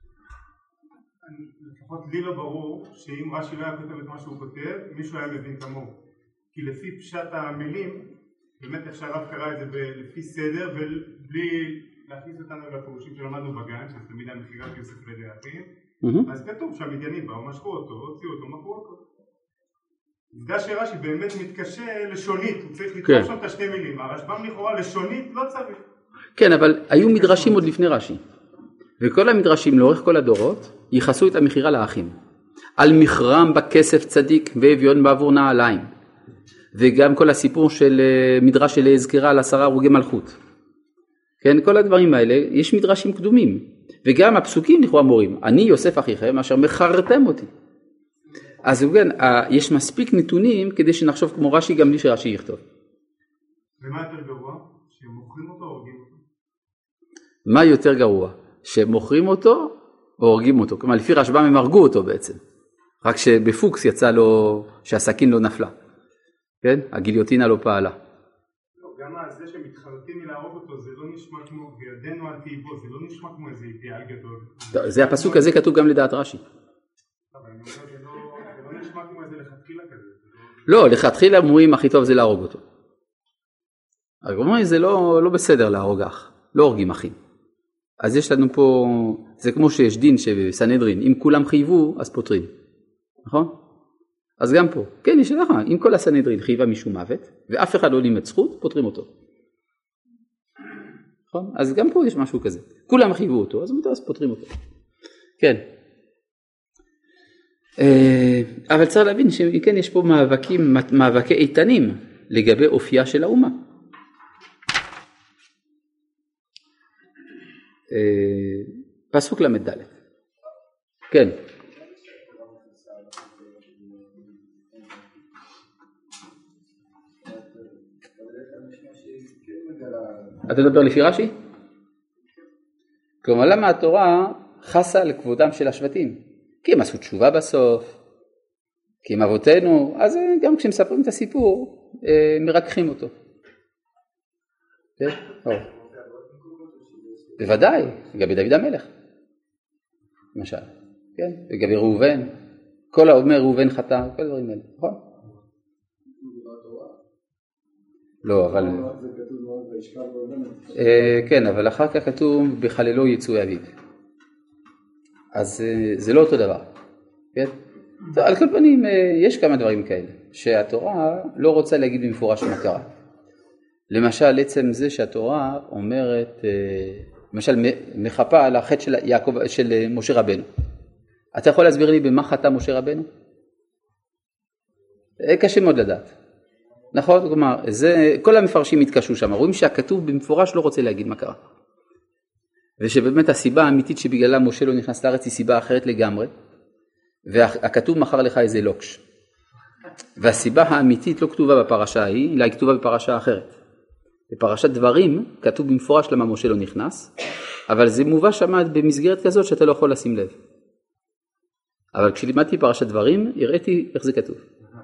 לפחות לי לא ברור שאם רש"י לא היה כותב את מה שהוא כותב, מישהו היה מבין כמוהו. כי לפי פשט המילים, באמת איך שהרב קרא את זה לפי סדר, ובלי להכניס אותנו לפירושים שלמדנו בגן, שזה תמיד המכירת יוסף לידי האחים, אז כתוב שהמדיינים באו, משכו אותו, הוציאו אותו, מכרו אותו. עובדה שרש"י באמת מתקשה לשונית, הוא צריך לכתוב שם את השתי מילים, הרשב"ם לכאורה לשונית לא צריך. כן, אבל היו מדרשים עוד לפני רש"י, וכל המדרשים לאורך כל הדורות ייחסו את המכירה לאחים. על מכרם בכסף צדיק ואביון בעבור נעליים, וגם כל הסיפור של מדרש של הזכירה על עשרה הרוגי מלכות. כן, כל הדברים האלה, יש מדרשים קדומים, וגם הפסוקים לכאורה מורים, אני יוסף אחיכם אשר מכרתם אותי. אז כן, יש מספיק נתונים כדי שנחשוב כמו רש"י גם בלי שרש"י יכתוב. ומה יותר גרוע? שהם מוכרים אותו או הורגים אותו? מה יותר גרוע? שהם מוכרים אותו או הורגים אותו? כלומר, לפי רשב"ם הם הרגו אותו בעצם. רק שבפוקס יצא לו שהסכין לא נפלה. כן? הגיליוטינה לא פעלה. לא, גם זה שמתחרטים מלהרוג אותו, זה לא נשמע כמו, וידנו על תאיבו, זה לא נשמע כמו איזה אידיאל גדול. זה הפסוק הזה כתוב גם לדעת רש"י. אבל אני אומר, זה לא נשמע כמו איזה לכתחילה כזה. לא, לכתחילה אומרים הכי טוב זה להרוג אותו. אומרים זה לא, לא בסדר להרוג אח, לא הורגים אחים. אז יש לנו פה, זה כמו שיש דין שבסנהדרין, אם כולם חייבו אז פותרים, נכון? אז גם פה, כן יש לך, אם כל הסנהדרין חייבה משום מוות, ואף אחד לא לימד זכות, פותרים אותו. נכון? אז גם פה יש משהו כזה, כולם חייבו אותו, אז, אז פותרים אותו. כן. אבל צריך להבין שכן יש פה מאבקים, מאבקי איתנים לגבי אופייה של האומה. פסוק למד ד'. כן. אתה מדבר לפי רש"י? כלומר, למה התורה חסה לכבודם של השבטים? כי הם עשו תשובה בסוף, כי הם אבותינו, אז גם כשמספרים את הסיפור, מרככים אותו. כן? בוודאי, לגבי דוד המלך, למשל, כן? לגבי ראובן, כל האומר ראובן חטא, כל הדברים האלה, נכון? לא, אבל... כן, אבל אחר כך כתוב בחללו יצאו אביו. אז זה לא אותו דבר, כן? על כל פנים, יש כמה דברים כאלה. שהתורה לא רוצה להגיד במפורש מה קרה. למשל, עצם זה שהתורה אומרת, למשל, מחפה על החטא של, יעקב, של משה רבנו. אתה יכול להסביר לי במה חטא משה רבנו? קשה מאוד לדעת. נכון? כלומר, זה, כל המפרשים התקשו שם, רואים שהכתוב במפורש לא רוצה להגיד מה קרה. ושבאמת הסיבה האמיתית שבגללה משה לא נכנס לארץ היא סיבה אחרת לגמרי, והכתוב מחר לך איזה לוקש. והסיבה האמיתית לא כתובה בפרשה ההיא, אלא היא כתובה בפרשה אחרת. בפרשת דברים כתוב במפורש למה משה לא נכנס, אבל זה מובא שם במסגרת כזאת שאתה לא יכול לשים לב. אבל כשלימדתי פרשת דברים, הראיתי איך זה כתוב.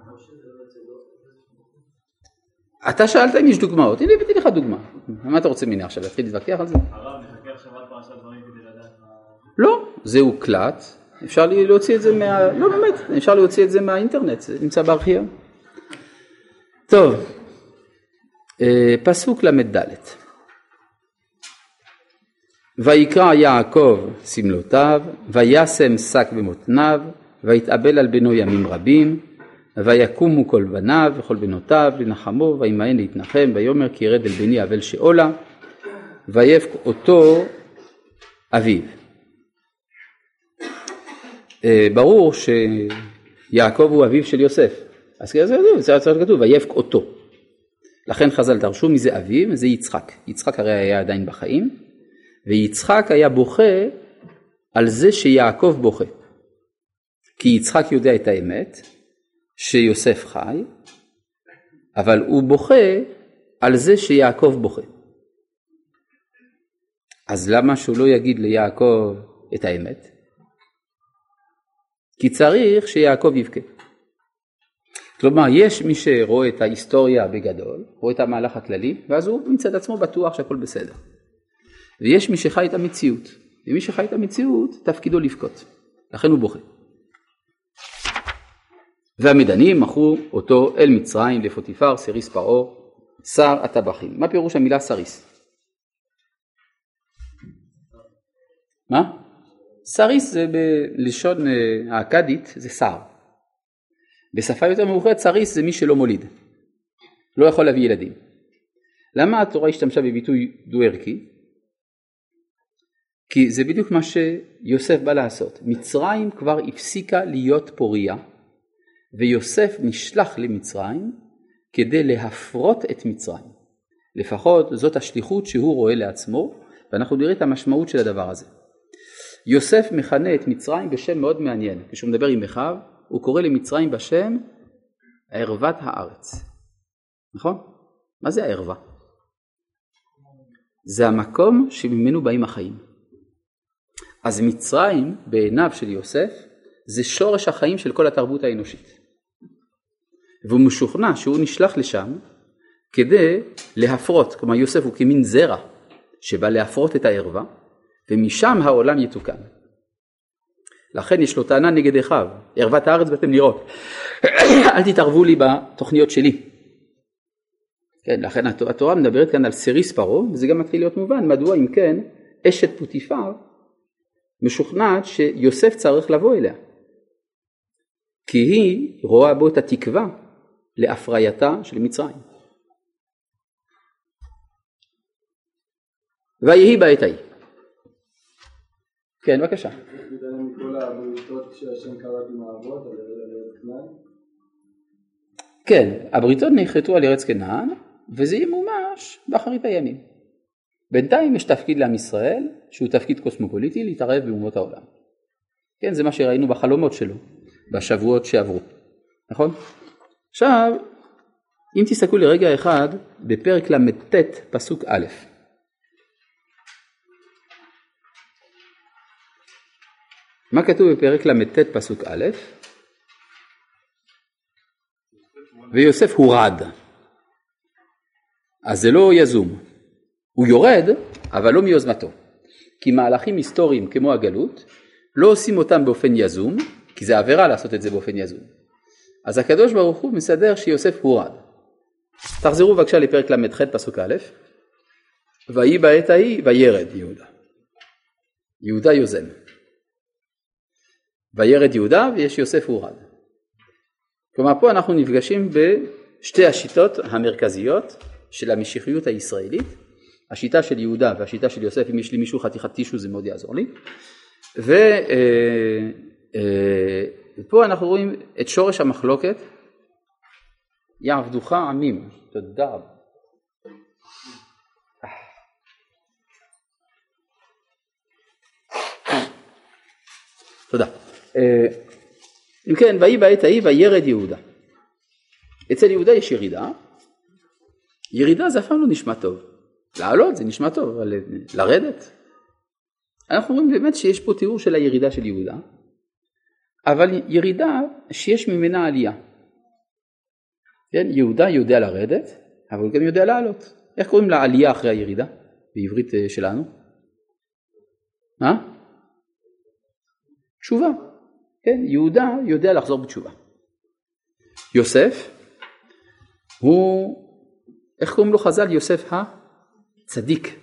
אתה שאלת אם יש דוגמאות, הנה הבאתי לך דוגמה. מה אתה רוצה ממני עכשיו? להתחיל להתווכח על זה? הרב, נחכה עכשיו על פרשת דברים כדי לדעת מה... לא, זה הוקלט. אפשר להוציא את זה מה... לא באמת, אפשר להוציא את זה מהאינטרנט, זה נמצא בארכיון. טוב, פסוק למד ד'. ויקרא יעקב סמלותיו, וישם שק במותניו, ויתאבל על בנו ימים רבים, ויקומו כל בניו וכל בנותיו לנחמו, וימאן להתנחם, ויאמר כי ירד אל בני אבל שאולה, ויבך אותו אביו. ברור שיעקב הוא אביו של יוסף, אז זה צריך כתוב, ויבך אותו. לכן חז"ל דרשו מזה אביו, זה יצחק. יצחק הרי היה עדיין בחיים, ויצחק היה בוכה על זה שיעקב בוכה. כי יצחק יודע את האמת, שיוסף חי, אבל הוא בוכה על זה שיעקב בוכה. אז למה שהוא לא יגיד ליעקב את האמת? כי צריך שיעקב יבכה. כלומר, יש מי שרואה את ההיסטוריה בגדול, רואה את המהלך הכללי, ואז הוא מצד עצמו בטוח שהכל בסדר. ויש מי שחי את המציאות, ומי שחי את המציאות תפקידו לבכות, לכן הוא בוכה. והמדנים מכרו אותו אל מצרים לפוטיפר, סריס פרעה, שר הטבחים. מה פירוש המילה סריס? מה? סריס זה בלשון האכדית, זה שר. בשפה יותר מאוחרת, סריס זה מי שלא מוליד. לא יכול להביא ילדים. למה התורה השתמשה בביטוי דו ערכי? כי זה בדיוק מה שיוסף בא לעשות. מצרים כבר הפסיקה להיות פוריה, ויוסף נשלח למצרים כדי להפרות את מצרים. לפחות זאת השליחות שהוא רואה לעצמו, ואנחנו נראה את המשמעות של הדבר הזה. יוסף מכנה את מצרים בשם מאוד מעניין. כשהוא מדבר עם אחיו, הוא קורא למצרים בשם ערוות הארץ. נכון? מה זה הערווה? זה המקום שממנו באים החיים. אז מצרים בעיניו של יוסף זה שורש החיים של כל התרבות האנושית. והוא משוכנע שהוא נשלח לשם כדי להפרות, כלומר יוסף הוא כמין זרע שבא להפרות את הערווה, ומשם העולם יתוקן. לכן יש לו טענה נגד אחיו, ערוות הארץ באתם לראות, אל תתערבו לי בתוכניות שלי. כן, לכן התורה מדברת כאן על סריס פרעה, וזה גם מתחיל להיות מובן, מדוע אם כן אשת פוטיפר משוכנעת שיוסף צריך לבוא אליה. כי היא רואה בו את התקווה להפרייתה של מצרים. ויהי בעת ההיא. כן, בבקשה. מכל הבריתות שהשם קרא עם האבות על ארץ כנען? כן, הבריתות נחרטו על ארץ כנען, וזה ימומש באחרית הימים. בינתיים יש תפקיד לעם ישראל, שהוא תפקיד קוסמופוליטי, להתערב באומות העולם. כן, זה מה שראינו בחלומות שלו, בשבועות שעברו. נכון? עכשיו, אם תסתכלו לרגע אחד, בפרק למ"ט פסוק א', מה כתוב בפרק למ"ט פסוק א'? ויוסף הורד. אז זה לא יזום. הוא יורד, אבל לא מיוזמתו. כי מהלכים היסטוריים כמו הגלות, לא עושים אותם באופן יזום, כי זה עבירה לעשות את זה באופן יזום. אז הקדוש ברוך הוא מסדר שיוסף הורד. תחזרו בבקשה לפרק למ"ח פסוק א', ויהי בעת ההיא וירד יהודה. יהודה יוזם. וירד יהודה ויש יוסף הורד. כלומר פה אנחנו נפגשים בשתי השיטות המרכזיות של המשיחיות הישראלית, השיטה של יהודה והשיטה של יוסף. אם יש לי מישהו חתיכת טישו זה מאוד יעזור לי. ופה אנחנו רואים את שורש המחלוקת, יעבדוך עמים. תודה רבה. תודה. אם כן, ויהי בעת ההיא וירד יהודה. אצל יהודה יש ירידה. ירידה זה אף פעם לא נשמע טוב. לעלות זה נשמע טוב, אבל לרדת. אנחנו רואים באמת שיש פה תיאור של הירידה של יהודה, אבל ירידה שיש ממנה עלייה. כן? יהודה יודע לרדת, אבל הוא גם יודע לעלות. איך קוראים לעלייה אחרי הירידה? בעברית שלנו? מה? תשובה. כן? יהודה יודע לחזור בתשובה. יוסף, הוא, איך קוראים לו חז"ל? יוסף הצדיק.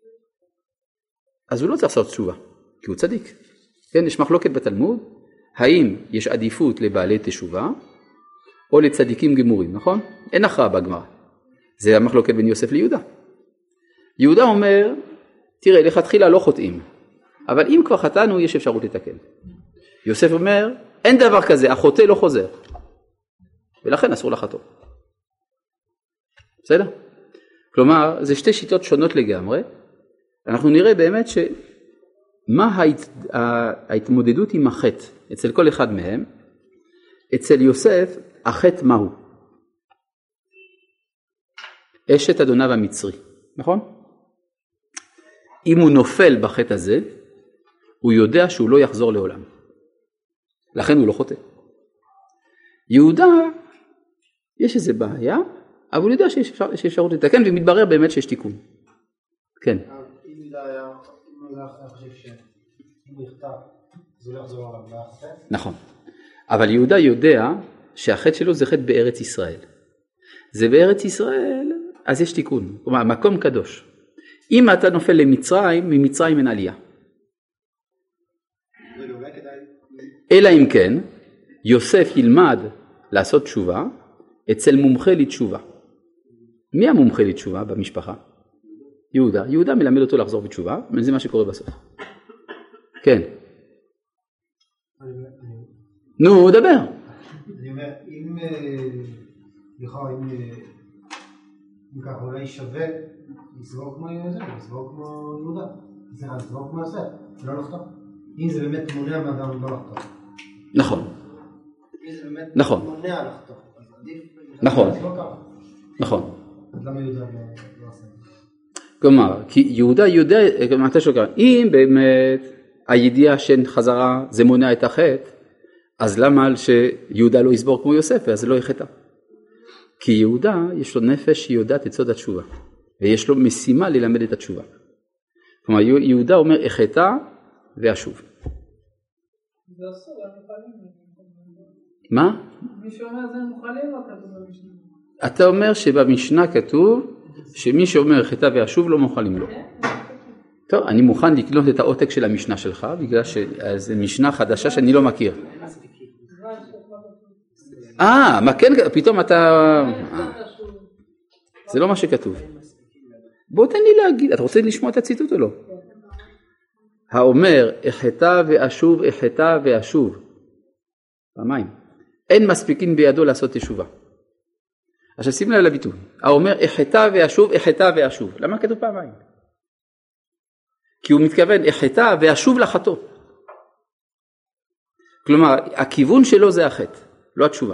אז הוא לא צריך לעשות תשובה, כי הוא צדיק. כן? יש מחלוקת בתלמוד, האם יש עדיפות לבעלי תשובה, או לצדיקים גמורים, נכון? אין הכרעה בגמרא. זה המחלוקת בין יוסף ליהודה. יהודה אומר, תראה, לכתחילה לא חוטאים, אבל אם כבר חטאנו, יש אפשרות לתקן. יוסף אומר, אין דבר כזה, החוטא לא חוזר. ולכן אסור לחטוא. בסדר? כלומר, זה שתי שיטות שונות לגמרי. אנחנו נראה באמת שמה ההת... ההתמודדות עם החטא אצל כל אחד מהם. אצל יוסף, החטא מהו? אשת אדוניו המצרי, נכון? אם הוא נופל בחטא הזה, הוא יודע שהוא לא יחזור לעולם. לכן הוא לא חוטא. יהודה, יש איזה בעיה, אבל הוא יודע שיש אפשר, שיש אפשרות לתקן, ומתברר באמת שיש תיקון. כן. אם יהודה היה, אם הוא היה חושב שאם הוא יכתב, זה לא יחזור לעולם, לא יחטא? נכון. אבל יהודה יודע שהחטא שלו זה חטא בארץ ישראל. זה בארץ ישראל, אז יש תיקון. כלומר, מקום קדוש. אם אתה נופל למצרים, ממצרים אין עלייה. אלא אם כן, יוסף ילמד לעשות תשובה אצל מומחה לתשובה. מי המומחה לתשובה במשפחה? יהודה. יהודה מלמד אותו לחזור בתשובה, וזה מה שקורה בסוף. כן. נו, דבר. אני אומר, אם לכאורה, אם ככה אולי שווה לסבור כמו יהודה, לסבור כמו יהודה, זה לסבור כמו יוסף, לא לחטוא. אם זה באמת מונע מאדם לא לחטוא. נכון. אם זה באמת נכון. מונע לחטוא, אז עדיף. נכון. נכון. אז למה יהודה לא עושה? כלומר, כי יהודה יודע, אם באמת הידיעה של חזרה זה מונע את החטא, אז למה שיהודה לא יסבור כמו יוסף, ואז זה לא יחטא? כי יהודה יש לו נפש שיודעת את סוד התשובה, ויש לו משימה ללמד את התשובה. כלומר, יהודה אומר, אחטא ואשוב. זה אסור, הם מוכנים. מה? מי שאומר זה הם מוכנים או כתוב במשנה? אתה אומר שבמשנה כתוב, שמי שאומר אחטא ואשוב לא מוכנים לו. טוב, אני מוכן לקנות את העותק של המשנה שלך, בגלל שזו משנה חדשה שאני לא מכיר. אה, מה כן, פתאום אתה... זה לא מה שכתוב. בוא תן לי להגיד, אתה רוצה לשמוע את הציטוט או לא? האומר, אחטא ואשוב, אחטא ואשוב. פעמיים. אין מספיקין בידו לעשות תשובה. עכשיו שים לב לביטוי. האומר, אחטא ואשוב, אחטא ואשוב. למה כתוב פעמיים? כי הוא מתכוון, אחטא ואשוב לחטוא. כלומר, הכיוון שלו זה החטא, לא התשובה.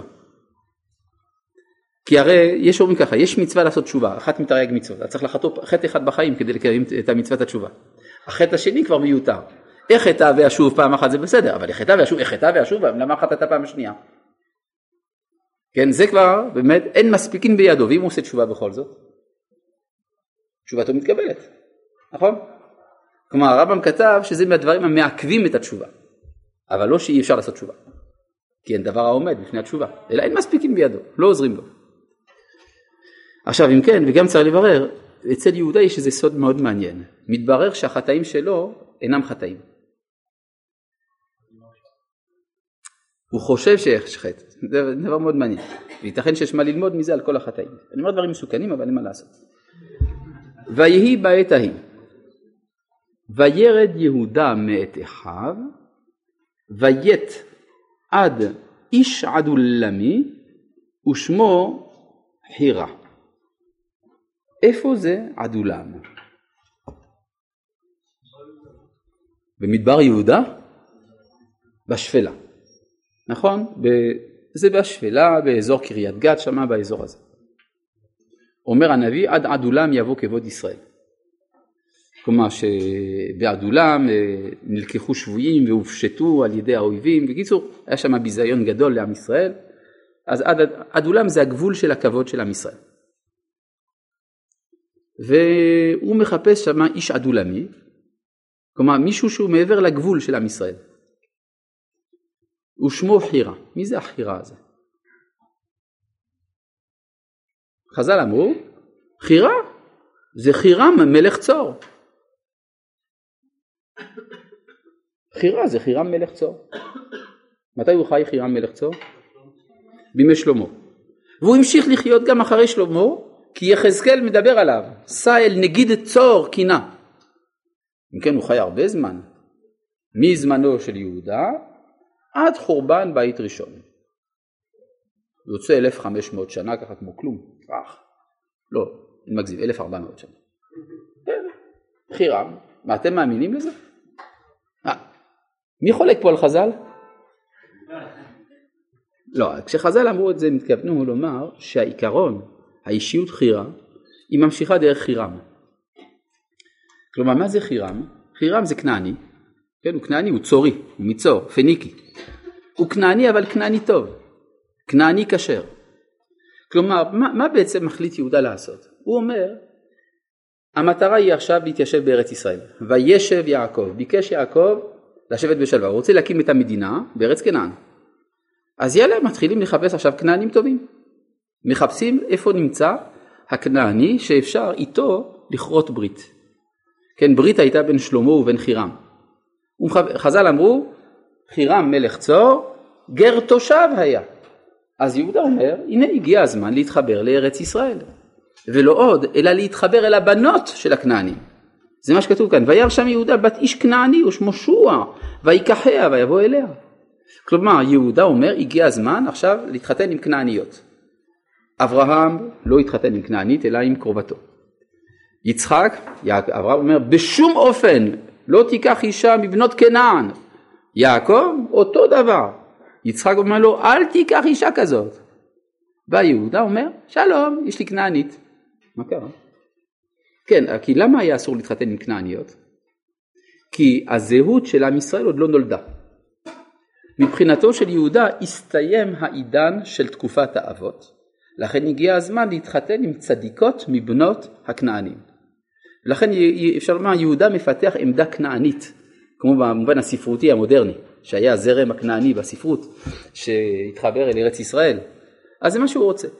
כי הרי יש אומרים ככה, יש מצווה לעשות תשובה, אחת מתרי"ג מצוות, אתה צריך לחטוא חטא אחד בחיים כדי לקיים את המצוות התשובה. החטא השני כבר מיותר. אחטא ואשוב פעם אחת זה בסדר, אבל אחטא ואשוב, אחטא ואשוב, למה חטאת פעם השנייה? כן, זה כבר באמת אין מספיקין בידו, ואם הוא עושה תשובה בכל זאת, תשובתו מתקבלת, נכון? כלומר, הרמב"ם כתב שזה מהדברים המעכבים את התשובה, אבל לא שאי אפשר לעשות תשובה, כי אין דבר העומד בפני התשובה, אלא אין מספיקים בידו, לא עוזרים לו. עכשיו, אם כן, וגם צריך לברר, אצל יהודה יש איזה סוד מאוד מעניין, מתברר שהחטאים שלו אינם חטאים. הוא חושב שיש חטא, זה דבר מאוד מעניין, וייתכן שיש מה ללמוד מזה על כל החטאים. אני אומר דברים מסוכנים, אבל אין מה לעשות. ויהי בעת ההיא, וירד יהודה מאת אחיו, ויית עד איש עדולמי, ושמו חירה. איפה זה עדולם? במדבר יהודה? בשפלה. נכון? זה בשפלה, באזור קריית גת, שמה באזור הזה. אומר הנביא, עד עדולם יבוא כבוד ישראל. כלומר שבעדולם נלקחו שבויים והופשטו על ידי האויבים. בקיצור, היה שם ביזיון גדול לעם ישראל. אז עד, עדולם זה הגבול של הכבוד של עם ישראל. והוא מחפש שם איש עדולמי, כלומר מישהו שהוא מעבר לגבול של עם ישראל. ושמו חירה. מי זה החירה הזה? חז"ל אמרו, חירה זה חירם מלך צור. חירה זה חירם מלך צור. מתי הוא חי חירם מלך צור? בימי שלמה. והוא המשיך לחיות גם אחרי שלמה, כי יחזקאל מדבר עליו, שא אל נגיד צור קינה. אם כן הוא חי הרבה זמן, מזמנו של יהודה עד חורבן בית ראשון. יוצא אלף וחמש מאות שנה, ככה כמו כלום, רח. לא, אני מגזים, אלף וארבע מאות שנה. כן, חירם. מה, אתם מאמינים לזה? אה, מי חולק פה על חז"ל? לא, כשחז"ל אמרו את זה, מתכוונו לומר שהעיקרון, האישיות חירה, היא ממשיכה דרך חירם. כלומר, מה זה חירם? חירם זה כנעני, כן, הוא כנעני, הוא צורי, הוא מצור, פניקי. הוא כנעני, אבל כנעני טוב, כנעני כשר. כלומר, מה, מה בעצם מחליט יהודה לעשות? הוא אומר, המטרה היא עכשיו להתיישב בארץ ישראל. וישב יעקב, ביקש יעקב לשבת בשלווה, הוא רוצה להקים את המדינה בארץ כנען. אז יאללה, מתחילים לחפש עכשיו כנענים טובים. מחפשים איפה נמצא הכנעני שאפשר איתו לכרות ברית. כן, ברית הייתה בין שלמה ובין חירם. חז"ל אמרו, חירם מלך צור, גר תושב היה. אז יהודה אומר, הנה הגיע הזמן להתחבר לארץ ישראל. ולא עוד, אלא להתחבר אל הבנות של הכנענים. זה מה שכתוב כאן, וירא שם יהודה בת איש כנעני ושמו שוע, ויקחיה ויבוא אליה. כלומר, יהודה אומר, הגיע הזמן עכשיו להתחתן עם כנעניות. אברהם לא התחתן עם כנענית, אלא עם קרובתו. יצחק, אברהם אומר, בשום אופן לא תיקח אישה מבנות כנען. יעקב, אותו דבר. יצחק אומר לו, אל תיקח אישה כזאת. בא יהודה אומר, שלום, יש לי כנענית. מה קרה? כן, כי למה היה אסור להתחתן עם כנעניות? כי הזהות של עם ישראל עוד לא נולדה. מבחינתו של יהודה הסתיים העידן של תקופת האבות, לכן הגיע הזמן להתחתן עם צדיקות מבנות הכנענים. לכן אפשר לומר, יהודה מפתח עמדה כנענית, כמו במובן הספרותי המודרני, שהיה הזרם הכנעני בספרות, שהתחבר אל ארץ ישראל. אז זה מה שהוא רוצה.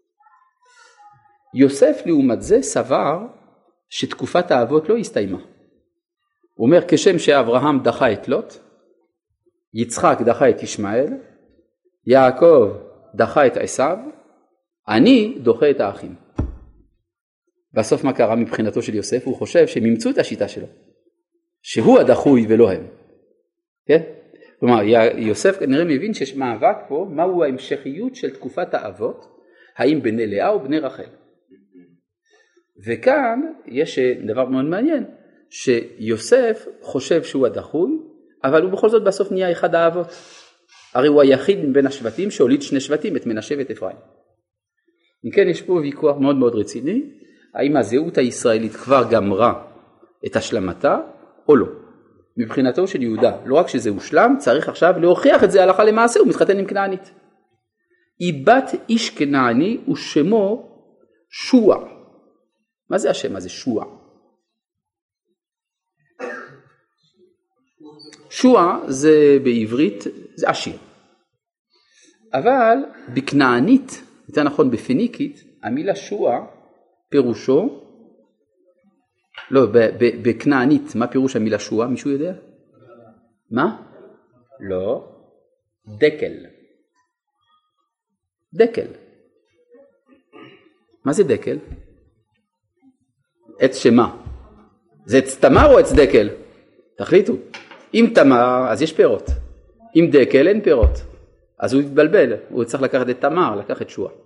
יוסף לעומת זה סבר שתקופת האבות לא הסתיימה. הוא אומר, כשם שאברהם דחה את לוט, יצחק דחה את ישמעאל, יעקב דחה את עשיו, אני דוחה את האחים. בסוף מה קרה מבחינתו של יוסף? הוא חושב שהם ימצאו את השיטה שלו, שהוא הדחוי ולא הם. כן? כלומר, יוסף כנראה מבין שיש מאבק פה, מהו ההמשכיות של תקופת האבות, האם בני לאה או בני רחל. וכאן יש דבר מאוד מעניין, שיוסף חושב שהוא הדחוי, אבל הוא בכל זאת בסוף נהיה אחד האבות. הרי הוא היחיד מבין השבטים שהוליד שני שבטים, את מנשה ואת אפרים. אם כן, יש פה ויכוח מאוד מאוד רציני, האם הזהות הישראלית כבר גמרה את השלמתה או לא. מבחינתו של יהודה, לא רק שזה הושלם, צריך עכשיו להוכיח את זה הלכה למעשה, הוא מתחתן עם כנענית. היא בת איש כנעני ושמו שוע. מה זה השם הזה שוע? שוע זה בעברית, זה עשיר. אבל בכנענית, יותר נכון בפניקית, המילה שוע פירושו, לא, בכנענית, מה פירוש המילה שוע? מישהו יודע? מה? לא. דקל. דקל. מה זה דקל? עץ שמה? זה עץ תמר או עץ דקל? תחליטו. אם תמר אז יש פירות. אם דקל אין פירות. אז הוא יתבלבל. הוא צריך לקחת את תמר, לקחת את שוע.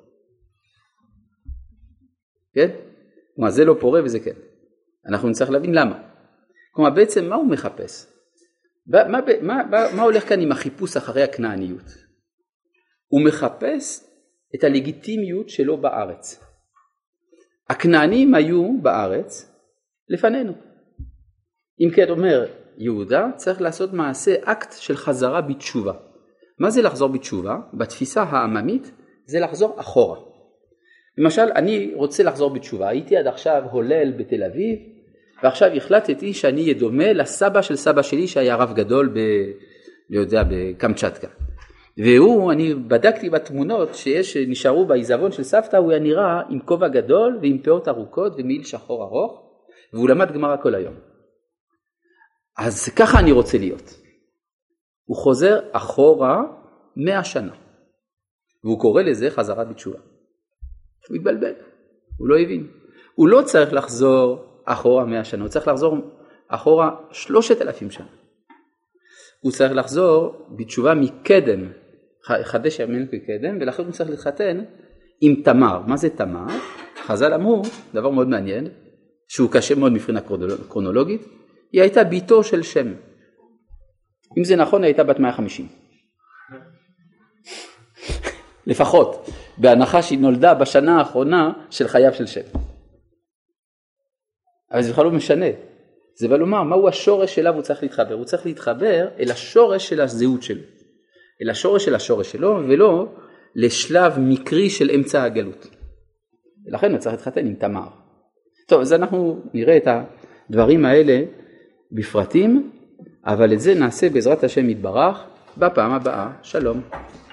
כן? כלומר זה לא פורה וזה כן. אנחנו נצטרך להבין למה. כלומר בעצם מה הוא מחפש? מה, מה, מה, מה הולך כאן עם החיפוש אחרי הכנעניות? הוא מחפש את הלגיטימיות שלו בארץ. הכנענים היו בארץ לפנינו. אם כן אומר יהודה צריך לעשות מעשה אקט של חזרה בתשובה. מה זה לחזור בתשובה? בתפיסה העממית זה לחזור אחורה. למשל אני רוצה לחזור בתשובה, הייתי עד עכשיו הולל בתל אביב ועכשיו החלטתי שאני אהיה דומה לסבא של סבא שלי שהיה רב גדול ב... לא יודע, בקמצ'טקה. והוא, אני בדקתי בתמונות שיש, נשארו בעיזבון של סבתא, הוא היה נראה עם כובע גדול ועם פאות ארוכות ומעיל שחור ארוך, והוא למד גמרא כל היום. אז ככה אני רוצה להיות. הוא חוזר אחורה מאה שנה, והוא קורא לזה חזרה בתשובה. הוא התבלבל, הוא לא הבין. הוא לא צריך לחזור אחורה מאה שנה, הוא צריך לחזור אחורה שלושת אלפים שנה. הוא צריך לחזור בתשובה מקדם, חדש ימינו כקדם, ולכן הוא צריך להתחתן עם תמר. מה זה תמר? חז"ל אמרו, דבר מאוד מעניין, שהוא קשה מאוד מבחינה קרונולוגית, היא הייתה ביתו של שם. אם זה נכון, היא הייתה בת מאה וחמישים. לפחות, בהנחה שהיא נולדה בשנה האחרונה של חייו של שם. אבל זה בכלל לא משנה. זה בא לומר, מהו השורש שאליו הוא צריך להתחבר? הוא צריך להתחבר אל השורש של הזהות שלו. אל השורש של השורש שלו, ולא לשלב מקרי של אמצע הגלות. ולכן הוא צריך להתחתן עם תמר. טוב, אז אנחנו נראה את הדברים האלה בפרטים, אבל את זה נעשה בעזרת השם יתברך בפעם הבאה. שלום.